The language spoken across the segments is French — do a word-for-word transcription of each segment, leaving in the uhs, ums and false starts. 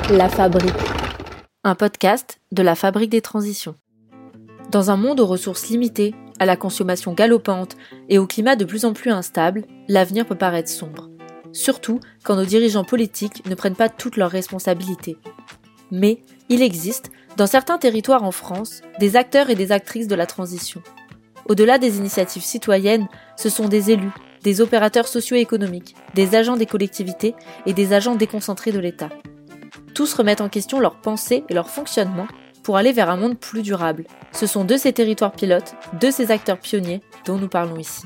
La Fabrique, un podcast de la Fabrique des transitions. Dans un monde aux ressources limitées, à la consommation galopante et au climat de plus en plus instable, l'avenir peut paraître sombre. Surtout quand nos dirigeants politiques ne prennent pas toutes leurs responsabilités. Mais il existe, dans certains territoires en France, des acteurs et des actrices de la transition. Au-delà des initiatives citoyennes, ce sont des élus, des opérateurs socio-économiques, des agents des collectivités et des agents déconcentrés de l'État. Tous remettent en question leurs pensées et leur fonctionnement pour aller vers un monde plus durable. Ce sont de ces territoires pilotes, de ces acteurs pionniers dont nous parlons ici.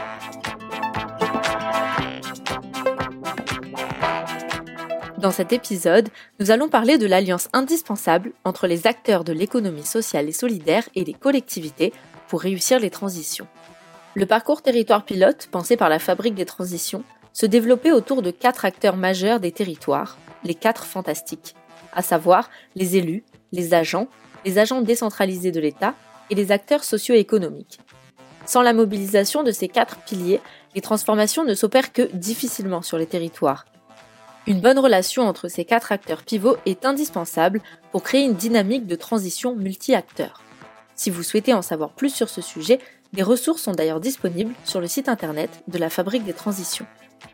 Dans cet épisode, nous allons parler de l'alliance indispensable entre les acteurs de l'économie sociale et solidaire et les collectivités pour réussir les transitions. Le parcours territoire pilote, pensé par la Fabrique des transitions, se développait autour de quatre acteurs majeurs des territoires, les quatre fantastiques, à savoir les élus, les agents, les agents décentralisés de l'État et les acteurs socio-économiques. Sans la mobilisation de ces quatre piliers, les transformations ne s'opèrent que difficilement sur les territoires. Une bonne relation entre ces quatre acteurs pivots est indispensable pour créer une dynamique de transition multi-acteurs. Si vous souhaitez en savoir plus sur ce sujet, des ressources sont d'ailleurs disponibles sur le site internet de la Fabrique des transitions.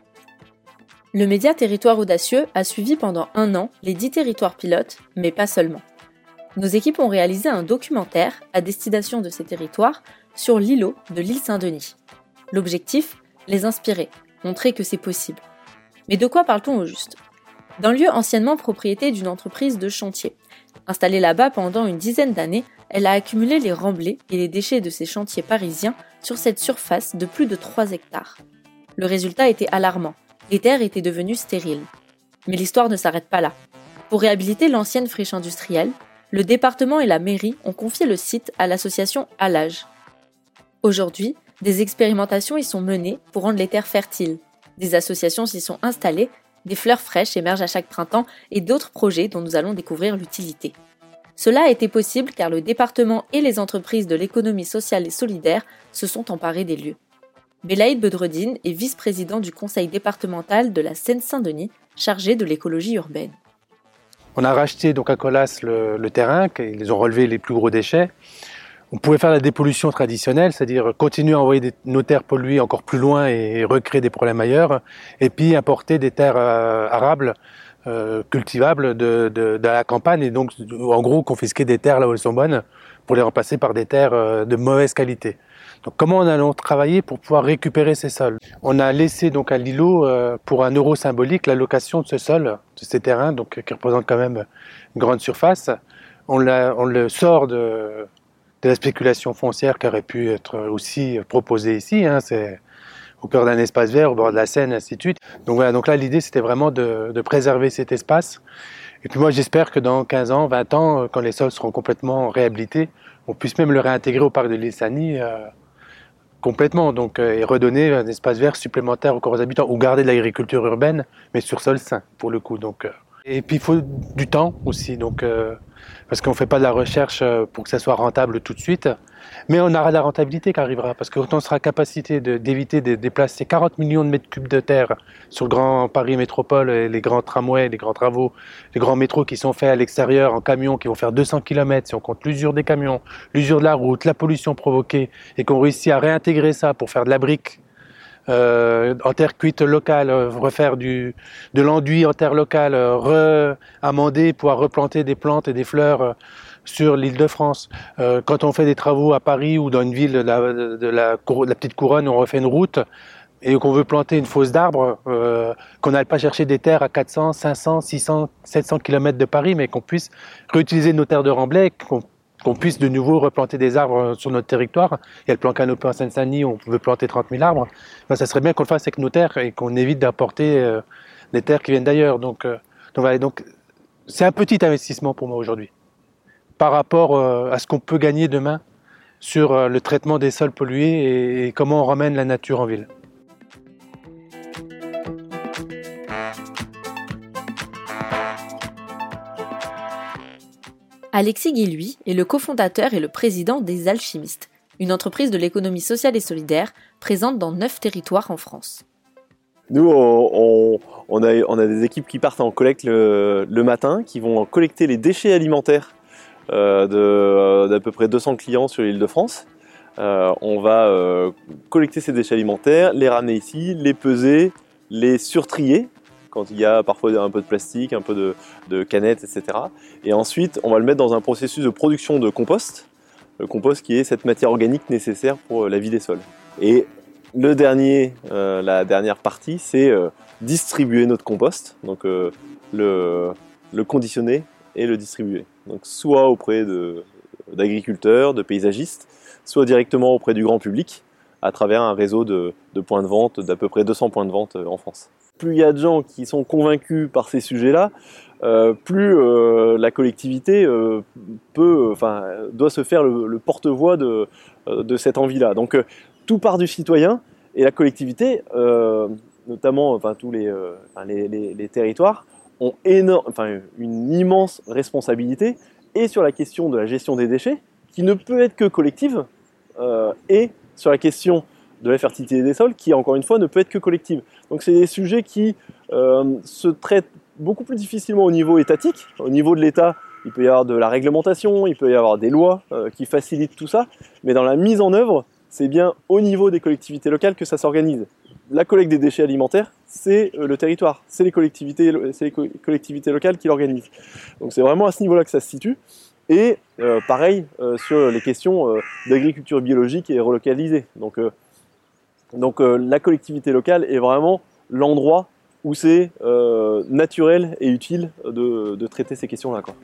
Le média Territoire Audacieux a suivi pendant un an les dix territoires pilotes, mais pas seulement. Nos équipes ont réalisé un documentaire à destination de ces territoires sur l'I L O de l'île Saint-Denis. L'objectif, les inspirer, montrer que c'est possible. Mais de quoi parle-t-on au juste ? D'un lieu anciennement propriété d'une entreprise de chantier. Installée là-bas pendant une dizaine d'années, elle a accumulé les remblais et les déchets de ses chantiers parisiens sur cette surface de plus de trois hectares. Le résultat était alarmant. Les terres étaient devenues stériles. Mais l'histoire ne s'arrête pas là. Pour réhabiliter l'ancienne friche industrielle, le département et la mairie ont confié le site à l'association Allage. Aujourd'hui, des expérimentations y sont menées pour rendre les terres fertiles. Des associations s'y sont installées, des fleurs fraîches émergent à chaque printemps et d'autres projets dont nous allons découvrir l'utilité. Cela a été possible car le département et les entreprises de l'économie sociale et solidaire se sont emparés des lieux. Belaïd Bedreddine est vice-président du conseil départemental de la Seine-Saint-Denis, chargé de l'écologie urbaine. On a racheté donc à Colas le, le terrain, ils ont relevé les plus gros déchets. On pouvait faire la dépollution traditionnelle, c'est-à-dire continuer à envoyer des, nos terres polluées encore plus loin et recréer des problèmes ailleurs, et puis importer des terres euh, arables, euh, cultivables de, de, de la campagne, et donc en gros confisquer des terres là où elles sont bonnes pour les remplacer par des terres euh, de mauvaise qualité. Donc comment on allons travailler pour pouvoir récupérer ces sols ? On a laissé donc à l'I L O euh, pour un euro symbolique la location de ce sol, de ces terrains, donc qui représentent quand même une grande surface. On, l'a, on le sort de de la spéculation foncière qui aurait pu être aussi proposée ici, hein, c'est au cœur d'un espace vert, au bord de la Seine, et ainsi de suite. Donc voilà, donc là l'idée c'était vraiment de, de préserver cet espace. Et puis moi j'espère que dans quinze ans, vingt ans, quand les sols seront complètement réhabilités, on puisse même le réintégrer au parc de l'île Saint-Denis euh, complètement, donc, euh, et redonner un espace vert supplémentaire aux corps habitants, ou garder de l'agriculture urbaine, mais sur sol sain pour le coup. Donc, euh. Et puis il faut du temps aussi, donc, euh, parce qu'on ne fait pas de la recherche pour que ça soit rentable tout de suite, mais on aura la rentabilité qui arrivera, parce que quand on sera capacité de, d'éviter de déplacer quarante millions de mètres cubes de terre sur le Grand Paris Métropole, et les grands tramways, les grands travaux, les grands métros qui sont faits à l'extérieur en camions qui vont faire deux cents kilomètres, si on compte l'usure des camions, l'usure de la route, la pollution provoquée, et qu'on réussit à réintégrer ça pour faire de la brique, Euh, en terre cuite locale, euh, refaire du, de l'enduit en terre locale, euh, re-amender, pouvoir replanter des plantes et des fleurs euh, sur l'île de France. Euh, quand on fait des travaux à Paris ou dans une ville de la, de, de la, de la petite couronne, on refait une route et qu'on veut planter une fosse d'arbres, euh, qu'on n'aille pas chercher des terres à quatre cents, cinq cents, six cents, sept cents kilomètres de Paris, mais qu'on puisse réutiliser nos terres de remblai, qu'on qu'on puisse de nouveau replanter des arbres sur notre territoire. Il y a le plan Canopé en Seine-Saint-Denis où on veut planter trente mille arbres. Ben, ça serait bien qu'on le fasse avec nos terres et qu'on évite d'apporter euh, des terres qui viennent d'ailleurs. Donc, euh, donc, voilà, donc, c'est un petit investissement pour moi aujourd'hui par rapport euh, à ce qu'on peut gagner demain sur euh, le traitement des sols pollués et, et comment on ramène la nature en ville. Alexis Guilluy est le cofondateur et le président des Alchimistes, une entreprise de l'économie sociale et solidaire présente dans neuf territoires en France. Nous, on, on, on, a, on a des équipes qui partent en collecte le, le matin, qui vont collecter les déchets alimentaires euh, de, d'à peu près deux cents clients sur l'Île-de-France. Euh, on va euh, collecter ces déchets alimentaires, les ramener ici, les peser, les surtrier quand il y a parfois un peu de plastique, un peu de, de canettes, et cetera. Et ensuite, on va le mettre dans un processus de production de compost, le compost qui est cette matière organique nécessaire pour la vie des sols. Et le dernier, euh, la dernière partie, c'est euh, distribuer notre compost, donc euh, le, le conditionner et le distribuer. Donc soit auprès de, d'agriculteurs, de paysagistes, soit directement auprès du grand public, à travers un réseau de, de points de vente, d'à peu près deux cents points de vente en France. Plus il y a de gens qui sont convaincus par ces sujets-là, euh, plus euh, la collectivité euh, peut, enfin, doit se faire le, le porte-voix de, de cette envie-là. Donc euh, tout part du citoyen et la collectivité, euh, notamment enfin, tous les, euh, enfin, les, les, les territoires, ont énorme, enfin, une immense responsabilité et sur la question de la gestion des déchets, qui ne peut être que collective, euh, et sur la question de la fertilité des sols, qui encore une fois ne peut être que collective. Donc c'est des sujets qui euh, se traitent beaucoup plus difficilement au niveau étatique. Au niveau de l'État, il peut y avoir de la réglementation, il peut y avoir des lois euh, qui facilitent tout ça, mais dans la mise en œuvre, c'est bien au niveau des collectivités locales que ça s'organise. La collecte des déchets alimentaires, c'est le territoire, c'est les collectivités, c'est les collectivités locales qui l'organisent. Donc c'est vraiment à ce niveau-là que ça se situe. Et euh, pareil euh, sur les questions euh, d'agriculture biologique et relocalisée. Donc, euh, donc euh, la collectivité locale est vraiment l'endroit où c'est euh, naturel et utile de, de traiter ces questions-là, quoi.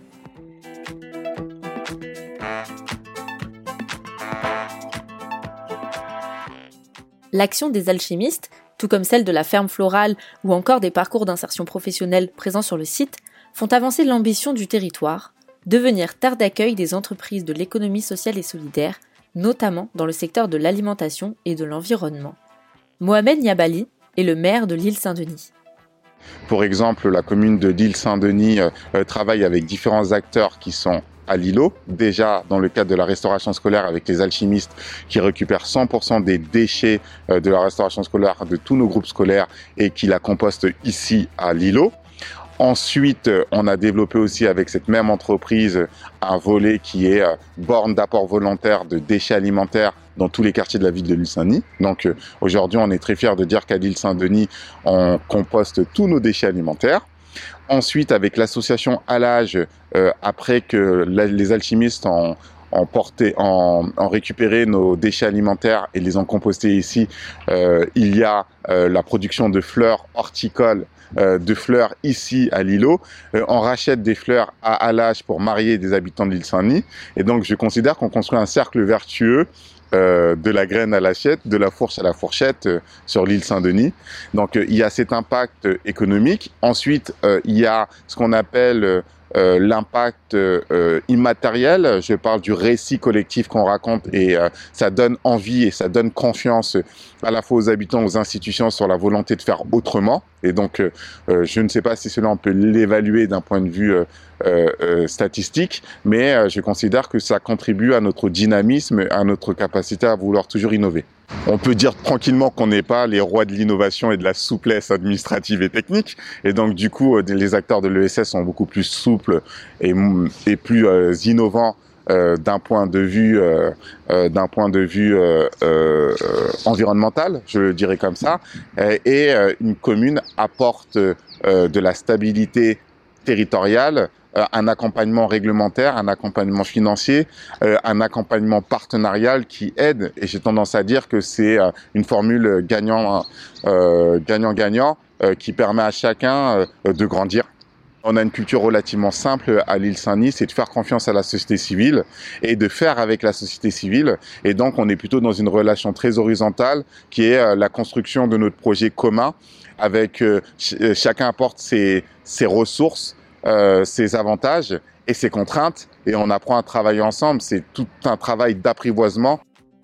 L'action des alchimistes, tout comme celle de la ferme florale ou encore des parcours d'insertion professionnelle présents sur le site, font avancer l'ambition du territoire, devenir terre d'accueil des entreprises de l'économie sociale et solidaire, notamment dans le secteur de l'alimentation et de l'environnement. Mohamed Niabali est le maire de l'île Saint-Denis. Pour exemple, la commune de l'île Saint-Denis euh, travaille avec différents acteurs qui sont à l'îlot, déjà dans le cadre de la restauration scolaire avec les alchimistes qui récupèrent cent pour cent des déchets euh, de la restauration scolaire de tous nos groupes scolaires et qui la compostent ici à l'îlot. Ensuite, on a développé aussi avec cette même entreprise un volet qui est euh, borne d'apport volontaire de déchets alimentaires dans tous les quartiers de la ville de l'île Saint-Denis. Donc euh, aujourd'hui, on est très fiers de dire qu'à l'île Saint-Denis, on composte tous nos déchets alimentaires. Ensuite, avec l'association Alage, euh, après que la, les alchimistes ont, ont, porté, ont, ont récupéré nos déchets alimentaires et les ont compostés ici, euh, il y a euh, la production de fleurs horticoles, euh, de fleurs ici à l'îlot. Euh, on rachète des fleurs à Alage pour marier des habitants de l'île Saint-Denis. Et donc, je considère qu'on construit un cercle vertueux Euh, de la graine à l'assiette, de la fourche à la fourchette euh, sur l'île Saint-Denis. Donc euh, il y a cet impact euh, économique. Ensuite, euh, il y a ce qu'on appelle euh, euh, l'impact euh, immatériel. Je parle du récit collectif qu'on raconte et euh, ça donne envie et ça donne confiance à la fois aux habitants, aux institutions sur la volonté de faire autrement. Et donc, euh, je ne sais pas si cela on peut l'évaluer d'un point de vue euh, euh, statistique, mais euh, je considère que ça contribue à notre dynamisme, à notre capacité à vouloir toujours innover. On peut dire tranquillement qu'on n'est pas les rois de l'innovation et de la souplesse administrative et technique. Et donc, du coup, les acteurs de l'E S S sont beaucoup plus souples et, et plus euh, innovants euh, d'un point de vue, euh, euh, d'un point de vue euh, euh, environnemental, je le dirais comme ça. Et, et euh, une commune apporte euh, de la stabilité territoriale, un accompagnement réglementaire, un accompagnement financier, euh, un accompagnement partenarial qui aide, et j'ai tendance à dire que c'est euh, une formule gagnant, euh, gagnant-gagnant euh, qui permet à chacun euh, de grandir. On a une culture relativement simple à l'île Saint-Denis, c'est de faire confiance à la société civile et de faire avec la société civile. Et donc, on est plutôt dans une relation très horizontale qui est euh, la construction de notre projet commun avec euh, ch- chacun apporte ses, ses ressources, Euh, ses avantages et ses contraintes, et on apprend à travailler ensemble. C'est tout un travail d'apprivoisement.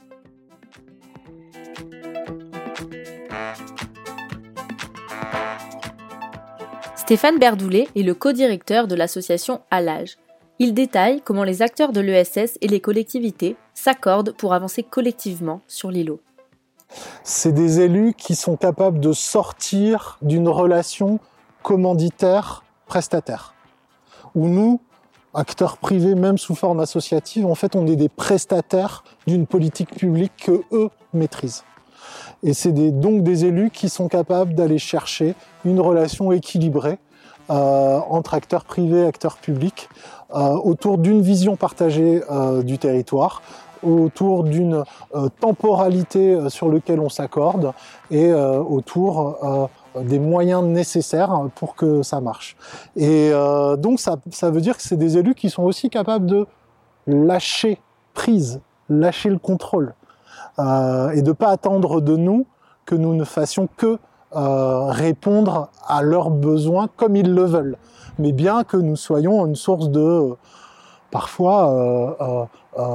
Stéphane Berdoulet est le co-directeur de l'association Alage. Il détaille comment les acteurs de l'E S S et les collectivités s'accordent pour avancer collectivement sur l'îlot. C'est des élus qui sont capables de sortir d'une relation commanditaire-prestataire. Où nous, acteurs privés, même sous forme associative, en fait, on est des prestataires d'une politique publique que eux maîtrisent. Et c'est des, donc des élus qui sont capables d'aller chercher une relation équilibrée euh, entre acteurs privés et acteurs publics euh, autour d'une vision partagée euh, du territoire, autour d'une euh, temporalité euh, sur laquelle on s'accorde et euh, autour euh, des moyens nécessaires pour que ça marche. Et euh, donc ça, ça veut dire que c'est des élus qui sont aussi capables de lâcher prise, lâcher le contrôle euh, et de ne pas attendre de nous que nous ne fassions que euh, répondre à leurs besoins comme ils le veulent, mais bien que nous soyons une source de, euh, parfois, euh, euh, euh,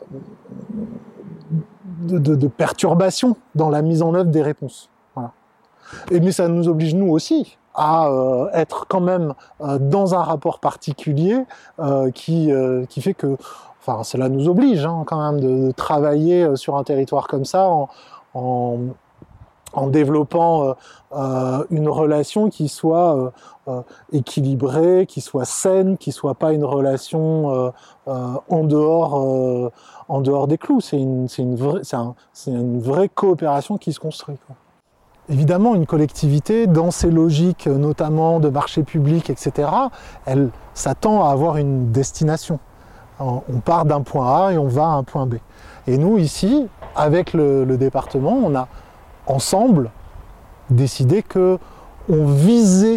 De, de, de perturbations dans la mise en œuvre des réponses. Voilà. Et, mais ça nous oblige, nous aussi, à euh, être quand même euh, dans un rapport particulier euh, qui, euh, qui fait que, enfin, cela nous oblige hein, quand même de, de travailler sur un territoire comme ça en, en, en développant euh, euh, une relation qui soit euh, euh, équilibrée, qui soit saine, qui soit pas une relation euh, euh, en dehors euh, en dehors des clous. C'est une, c'est une, vraie, c'est un, c'est une vraie coopération qui se construit, quoi. Évidemment, une collectivité, dans ses logiques, notamment de marché public, et cetera, elle s'attend à avoir une destination. On part d'un point A et on va à un point B. Et nous, ici, avec le, le département, on a ensemble décidé qu'on visait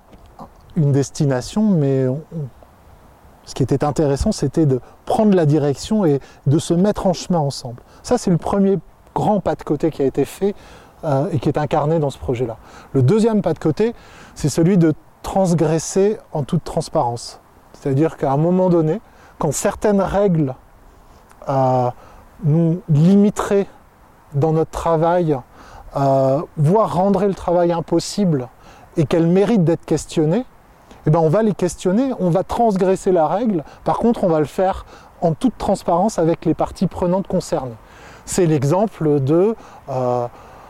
une destination, mais on, ce qui était intéressant, c'était de prendre la direction et de se mettre en chemin ensemble. Ça, c'est le premier grand pas de côté qui a été fait euh, et qui est incarné dans ce projet-là. Le deuxième pas de côté, c'est celui de transgresser en toute transparence. C'est-à-dire qu'à un moment donné, quand certaines règles euh, nous limiteraient dans notre travail, euh, voire rendraient le travail impossible et qu'elles méritent d'être questionnées, eh ben on va les questionner, on va transgresser la règle. Par contre, on va le faire en toute transparence avec les parties prenantes concernées. C'est l'exemple de euh,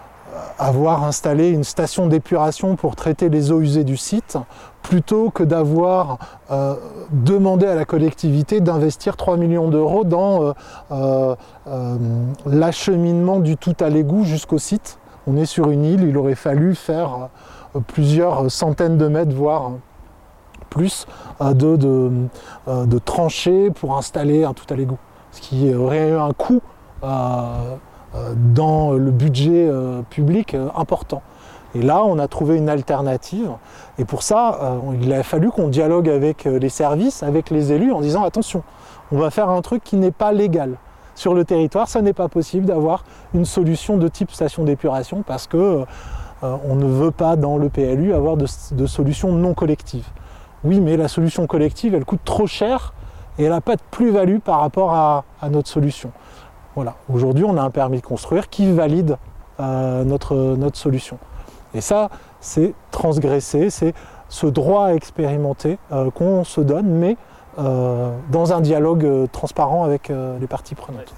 avoir installé une station d'épuration pour traiter les eaux usées du site, plutôt que d'avoir euh, demandé à la collectivité d'investir trois millions d'euros dans euh, euh, euh, l'acheminement du tout à l'égout jusqu'au site. On est sur une île, il aurait fallu faire euh, plusieurs centaines de mètres, voire plus euh, de, de, euh, de tranchées pour installer un tout à l'égout, ce qui aurait eu un coût euh, euh, dans le budget euh, public euh, important. Et là, on a trouvé une alternative, et pour ça, euh, il a fallu qu'on dialogue avec les services, avec les élus, en disant attention, on va faire un truc qui n'est pas légal. Sur le territoire, ça n'est pas possible d'avoir une solution de type station d'épuration parce que euh, on ne veut pas dans le P L U avoir de, de solution non collective. Oui, mais la solution collective, elle coûte trop cher et elle n'a pas de plus-value par rapport à, à notre solution. Voilà. Aujourd'hui, on a un permis de construire qui valide euh, notre, notre solution. Et ça, c'est transgresser, c'est ce droit à expérimenter euh, qu'on se donne, mais euh, dans un dialogue euh, transparent avec euh, les parties prenantes.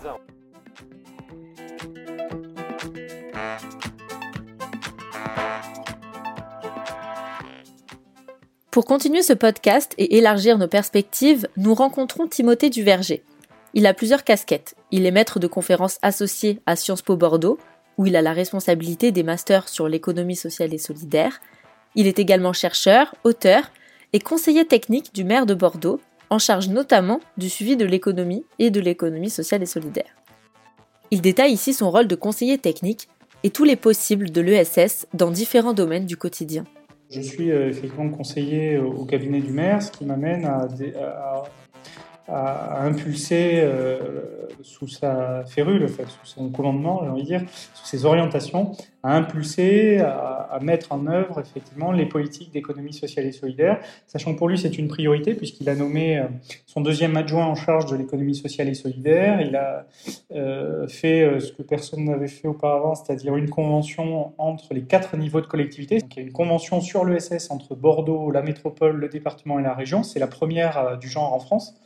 Pour continuer ce podcast et élargir nos perspectives, nous rencontrons Timothée Duverger. Il a plusieurs casquettes. Il est maître de conférences associé à Sciences Po Bordeaux, où il a la responsabilité des masters sur l'économie sociale et solidaire. Il est également chercheur, auteur et conseiller technique du maire de Bordeaux, en charge notamment du suivi de l'économie et de l'économie sociale et solidaire. Il détaille ici son rôle de conseiller technique et tous les possibles de l'E S S dans différents domaines du quotidien. Je suis euh, effectivement conseiller au cabinet du maire, ce qui m'amène à, à, à impulser euh, sous sa férule, en fait, sous son commandement, j'ai envie de dire, sous ses orientations, à impulser, à, à mettre en œuvre effectivement les politiques d'économie sociale et solidaire, sachant que pour lui c'est une priorité puisqu'il a nommé euh, son deuxième adjoint en charge de l'économie sociale et solidaire. Il a euh, fait euh, ce que personne n'avait fait auparavant, c'est-à-dire une convention entre les quatre niveaux de collectivité. Donc, il y a une convention sur l'E S S entre Bordeaux, la métropole, le département et la région. C'est la première euh, du genre en France.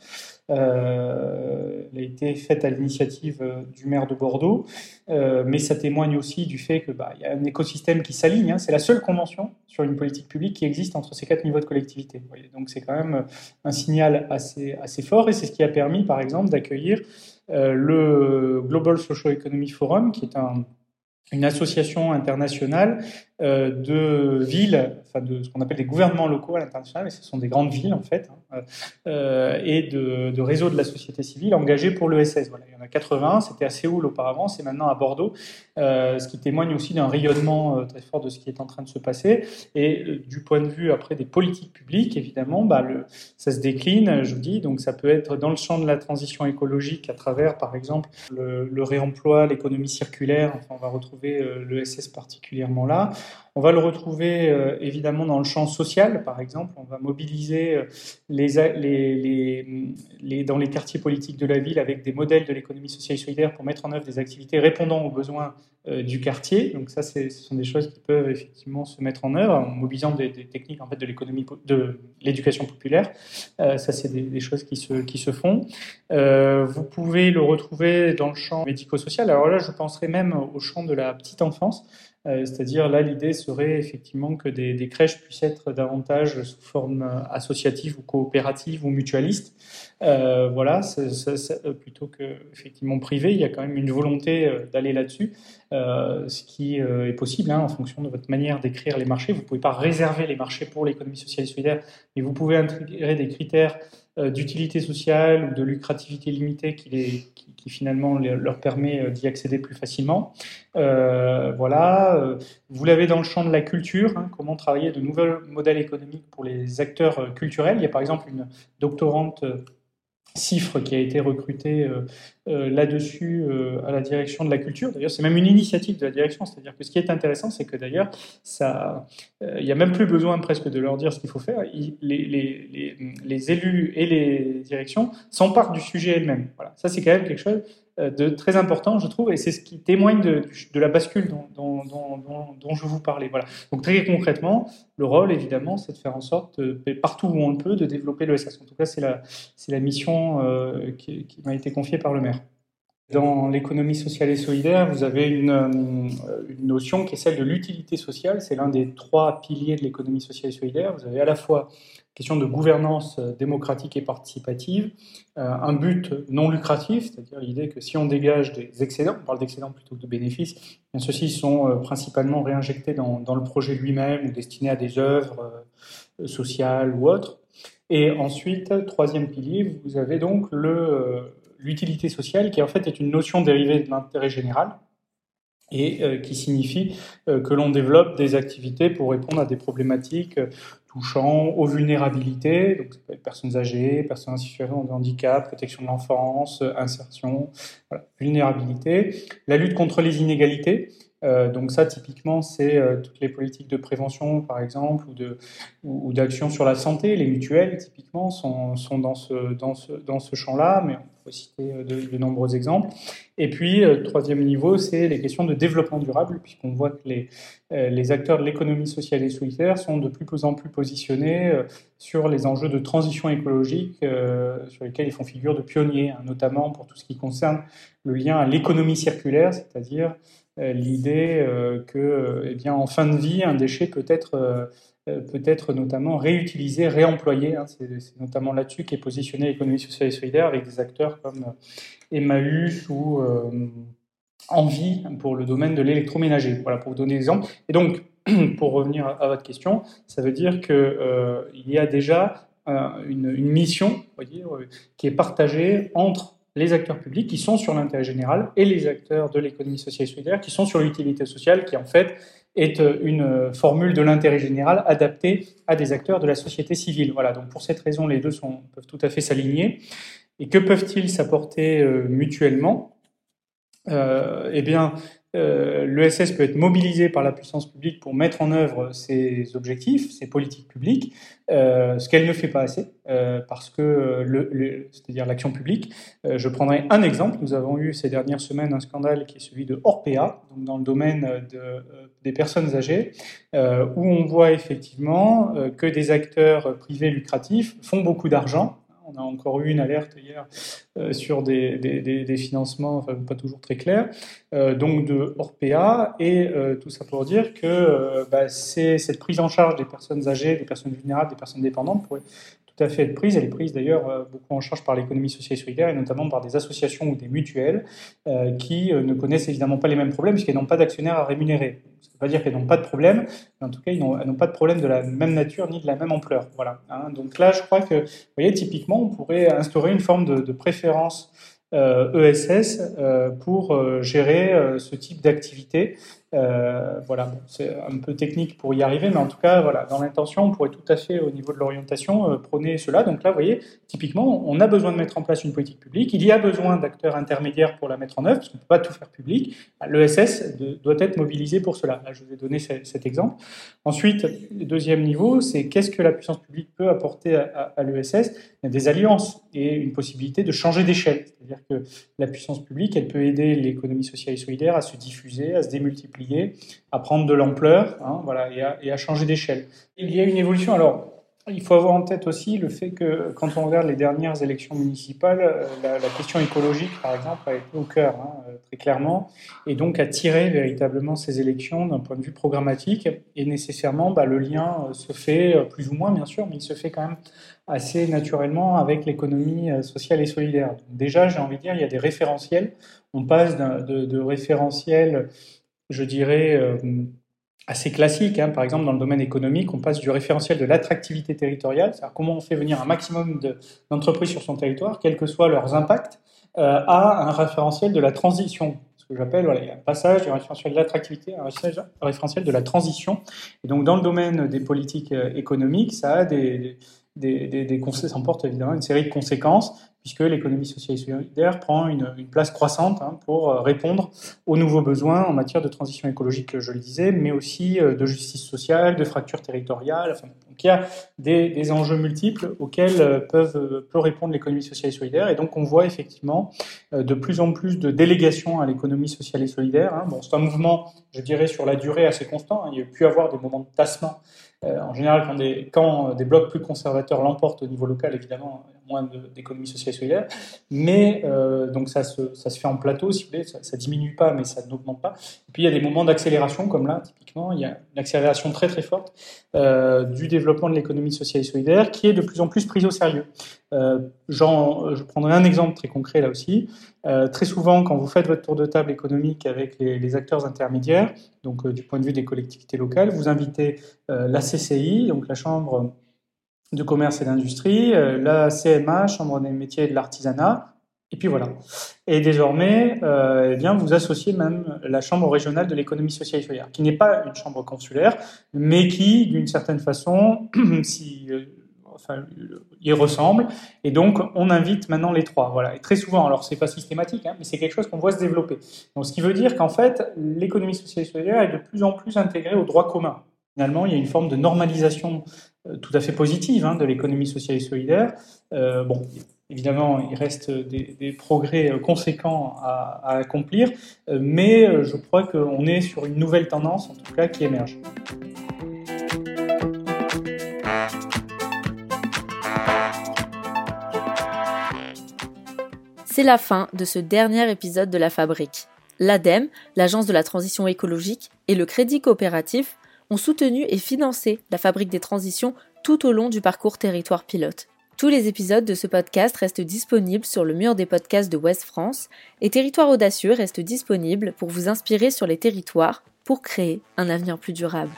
Euh, elle a été faite à l'initiative euh, du maire de Bordeaux, euh, mais ça témoigne aussi du fait que bah, y a un écosystème qui s'aligne. Hein. C'est la seule convention sur une politique publique qui existe entre ces quatre niveaux de collectivité. Vous voyez. Donc c'est quand même un signal assez, assez fort, et c'est ce qui a permis, par exemple, d'accueillir euh, le Global Socio-Economy Forum, qui est un une association internationale euh, de villes, enfin de ce qu'on appelle des gouvernements locaux à l'international, mais ce sont des grandes villes en fait, hein, euh, et de, de réseaux de la société civile engagés pour l'E S S. Voilà, il y en a quatre-vingts, c'était à Séoul auparavant, c'est maintenant à Bordeaux, euh, ce qui témoigne aussi d'un rayonnement euh, très fort de ce qui est en train de se passer. Et euh, du point de vue après des politiques publiques, évidemment, bah, le, ça se décline, je vous dis, donc ça peut être dans le champ de la transition écologique à travers, par exemple, le, le réemploi, l'économie circulaire, enfin on va retrouver l'E S S particulièrement là. On va le retrouver euh, évidemment dans le champ social, par exemple. On va mobiliser les, les, les, les, dans les quartiers politiques de la ville avec des modèles de l'économie sociale et solidaire pour mettre en œuvre des activités répondant aux besoins euh, du quartier. Donc ça, c'est, ce sont des choses qui peuvent effectivement se mettre en œuvre en mobilisant des, des techniques en fait, de l'économie, de l'éducation populaire. Euh, ça, c'est des, des choses qui se, qui se font. Euh, vous pouvez le retrouver dans le champ médico-social. Alors là, je penserais même au champ de la petite enfance. Euh, c'est-à-dire, là, l'idée serait effectivement que des, des crèches puissent être davantage sous forme associative ou coopérative ou mutualiste. Euh, voilà, c'est, c'est, c'est, plutôt que effectivement privé, il y a quand même une volonté d'aller là-dessus, euh, ce qui euh, est possible hein, en fonction de votre manière d'écrire les marchés. Vous ne pouvez pas réserver les marchés pour l'économie sociale et solidaire, mais vous pouvez intégrer des critères d'utilité sociale ou de lucrativité limitée qui, les, qui, qui finalement les, leur permet d'y accéder plus facilement. Euh, voilà. Vous l'avez dans le champ de la culture, hein, comment travailler de nouveaux modèles économiques pour les acteurs culturels. Il y a par exemple une doctorante CIFRE qui a été recrutée euh, euh, là-dessus euh, à la direction de la culture. D'ailleurs, c'est même une initiative de la direction, c'est-à-dire que ce qui est intéressant, c'est que d'ailleurs, ça, il n'y a même plus besoin presque de leur dire ce qu'il faut faire. Il, les, les, les, les élus et les directions s'emparent du sujet elles-mêmes. Voilà. Ça, c'est quand même quelque chose de très important, je trouve, et c'est ce qui témoigne de, de la bascule dont, dont, dont, dont, dont je vous parlais. Voilà. Donc très concrètement, le rôle, évidemment, c'est de faire en sorte, de, partout où on le peut, de développer l'E S S. En tout cas, c'est la, c'est la mission euh, qui, qui m'a été confiée par le maire. Dans l'économie sociale et solidaire, vous avez une, une notion qui est celle de l'utilité sociale. C'est l'un des trois piliers de l'économie sociale et solidaire. Vous avez à la fois question de gouvernance démocratique et participative, euh, un but non lucratif, c'est-à-dire l'idée que si on dégage des excédents, on parle d'excédents plutôt que de bénéfices, bien ceux-ci sont euh, principalement réinjectés dans, dans le projet lui-même ou destinés à des œuvres euh, sociales ou autres. Et ensuite, troisième pilier, vous avez donc le, euh, l'utilité sociale qui en fait est une notion dérivée de l'intérêt général et euh, qui signifie euh, que l'on développe des activités pour répondre à des problématiques euh, touchant aux vulnérabilités, donc ça peut être personnes âgées, personnes en situation de handicap, protection de l'enfance, insertion, voilà, vulnérabilité, la lutte contre les inégalités. Euh, donc ça, typiquement, c'est euh, toutes les politiques de prévention, par exemple, ou, de, ou, ou d'action sur la santé. Les mutuelles, typiquement, sont, sont dans ce, dans ce, dans ce champ-là, mais on peut citer de, de nombreux exemples. Et puis, euh, troisième niveau, c'est les questions de développement durable, puisqu'on voit que les, euh, les acteurs de l'économie sociale et solidaire sont de plus en plus positionnés euh, sur les enjeux de transition écologique, euh, sur lesquels ils font figure de pionniers, hein, notamment pour tout ce qui concerne le lien à l'économie circulaire, c'est-à-dire l'idée euh, que, euh, eh bien, en fin de vie, un déchet peut être, euh, peut être notamment réutilisé, réemployé. Hein, c'est, c'est notamment là-dessus qu'est positionnée l'économie sociale et solidaire avec des acteurs comme Emmaüs ou euh, Envie pour le domaine de l'électroménager. Voilà, pour vous donner des exemples. Et donc, pour revenir à votre question, ça veut dire qu'il euh, y a déjà euh, une, une mission, voyez, euh, qui est partagée entre les acteurs publics qui sont sur l'intérêt général et les acteurs de l'économie sociale et solidaire qui sont sur l'utilité sociale, qui en fait est une formule de l'intérêt général adaptée à des acteurs de la société civile. Voilà, donc pour cette raison, les deux sont, peuvent tout à fait s'aligner. Et que peuvent-ils s'apporter euh, mutuellement ? euh, Eh bien, euh, l'E S S peut être mobilisé par la puissance publique pour mettre en œuvre ses objectifs, ses politiques publiques, euh, ce qu'elle ne fait pas assez, euh, parce que, le, le, c'est-à-dire l'action publique. Euh, je prendrai un exemple. Nous avons eu ces dernières semaines un scandale qui est celui de Orpea, donc dans le domaine de, euh, des personnes âgées, euh, où on voit effectivement euh, que des acteurs privés lucratifs font beaucoup d'argent. On On a encore eu une alerte hier euh, sur des, des, des, des financements, enfin pas toujours très clairs, euh, donc de Orpea, et euh, tout ça pour dire que euh, bah, c'est cette prise en charge des personnes âgées, des personnes vulnérables, des personnes dépendantes pourrait tout à fait être prise. Elle est prise d'ailleurs euh, beaucoup en charge par l'économie sociale et solidaire, et notamment par des associations ou des mutuelles euh, qui euh, ne connaissent évidemment pas les mêmes problèmes puisqu'elles n'ont pas d'actionnaires à rémunérer. Ça ne veut pas dire qu'elles n'ont pas de problème, mais en tout cas, ils n'ont, elles n'ont pas de problème de la même nature ni de la même ampleur. Voilà. Hein. Donc là, je crois que, vous voyez, typiquement, on pourrait instaurer une forme de, de préférence euh, E S S euh, pour euh, gérer euh, ce type d'activité. Euh, voilà, bon, c'est un peu technique pour y arriver, mais en tout cas, voilà, dans l'intention, on pourrait tout à fait, au niveau de l'orientation, euh, prôner cela. Donc là, vous voyez, typiquement, on a besoin de mettre en place une politique publique. Il y a besoin d'acteurs intermédiaires pour la mettre en œuvre, parce qu'on ne peut pas tout faire public. L'E S S de, doit être mobilisé pour cela. Là, je vous ai donné ce, cet exemple. Ensuite, le deuxième niveau, c'est qu'est-ce que la puissance publique peut apporter à, à, à l'E S S ? Il y a des alliances et une possibilité de changer d'échelle. C'est-à-dire que la puissance publique, elle peut aider l'économie sociale et solidaire à se diffuser, à se démultiplier, à prendre de l'ampleur, hein, voilà, et à, et à changer d'échelle. Il y a une évolution. Alors, il faut avoir en tête aussi le fait que quand on regarde les dernières élections municipales, la, la question écologique, par exemple, a été au cœur, hein, très clairement, et donc a tiré véritablement ces élections d'un point de vue programmatique. Et nécessairement, bah, le lien se fait, plus ou moins bien sûr, mais il se fait quand même assez naturellement avec l'économie sociale et solidaire. Donc déjà, j'ai envie de dire, il y a des référentiels. On passe de, de référentiels, je dirais, euh, assez classiques. Hein. Par exemple, dans le domaine économique, on passe du référentiel de l'attractivité territoriale, c'est-à-dire comment on fait venir un maximum de, d'entreprises sur son territoire, quels que soient leurs impacts, euh, à un référentiel de la transition. Ce que j'appelle, voilà, il y a un passage du référentiel de l'attractivité à un référentiel de la transition. Et donc, dans le domaine des politiques économiques, ça a des... Des, des, des, ça emporte évidemment une série de conséquences, puisque l'économie sociale et solidaire prend une, une place croissante hein, pour répondre aux nouveaux besoins en matière de transition écologique, je le disais, mais aussi de justice sociale, de fracture territoriale. Enfin, donc il y a des, des enjeux multiples auxquels peuvent, peut répondre l'économie sociale et solidaire, et donc on voit effectivement de plus en plus de délégations à l'économie sociale et solidaire. Hein. Bon, c'est un mouvement, je dirais, sur la durée assez constant. Hein. Il y a pu avoir des moments de tassement. Euh, en général, quand des, quand des blocs plus conservateurs l'emportent au niveau local, évidemment, moins de, d'économie sociale et solidaire. Mais euh, donc ça se, ça se fait en plateau, si vous voulez, ça, ça diminue pas, mais ça n'augmente pas. Et puis il y a des moments d'accélération, comme là, typiquement, il y a une accélération très très forte euh, du développement de l'économie sociale et solidaire, qui est de plus en plus prise au sérieux. Euh, genre, je prendrai un exemple très concret là aussi. Euh, très souvent, quand vous faites votre tour de table économique avec les, les acteurs intermédiaires, donc euh, du point de vue des collectivités locales, vous invitez euh, la C C I, donc la Chambre de commerce et d'industrie, euh, la C M A, Chambre des métiers et de l'artisanat, et puis voilà. Et désormais, euh, eh bien, vous associez même la Chambre régionale de l'économie sociale et solidaire, qui n'est pas une chambre consulaire, mais qui, d'une certaine façon, si... Euh, Enfin, il ressemble, et donc on invite maintenant les trois. Voilà. Et très souvent, alors c'est pas systématique, hein, mais c'est quelque chose qu'on voit se développer. Donc, ce qui veut dire qu'en fait, l'économie sociale et solidaire est de plus en plus intégrée au droit commun. Finalement, il y a une forme de normalisation euh, tout à fait positive hein, de l'économie sociale et solidaire. Euh, bon, évidemment, il reste des, des progrès conséquents à, à accomplir, euh, mais je crois qu'on est sur une nouvelle tendance, en tout cas, qui émerge. C'est la fin de ce dernier épisode de La Fabrique. L'ADEME, l'Agence de la transition écologique, et le Crédit coopératif ont soutenu et financé la Fabrique des transitions tout au long du parcours territoire pilote. Tous les épisodes de ce podcast restent disponibles sur le mur des podcasts de Ouest France, et Territoire Audacieux reste disponible pour vous inspirer sur les territoires pour créer un avenir plus durable.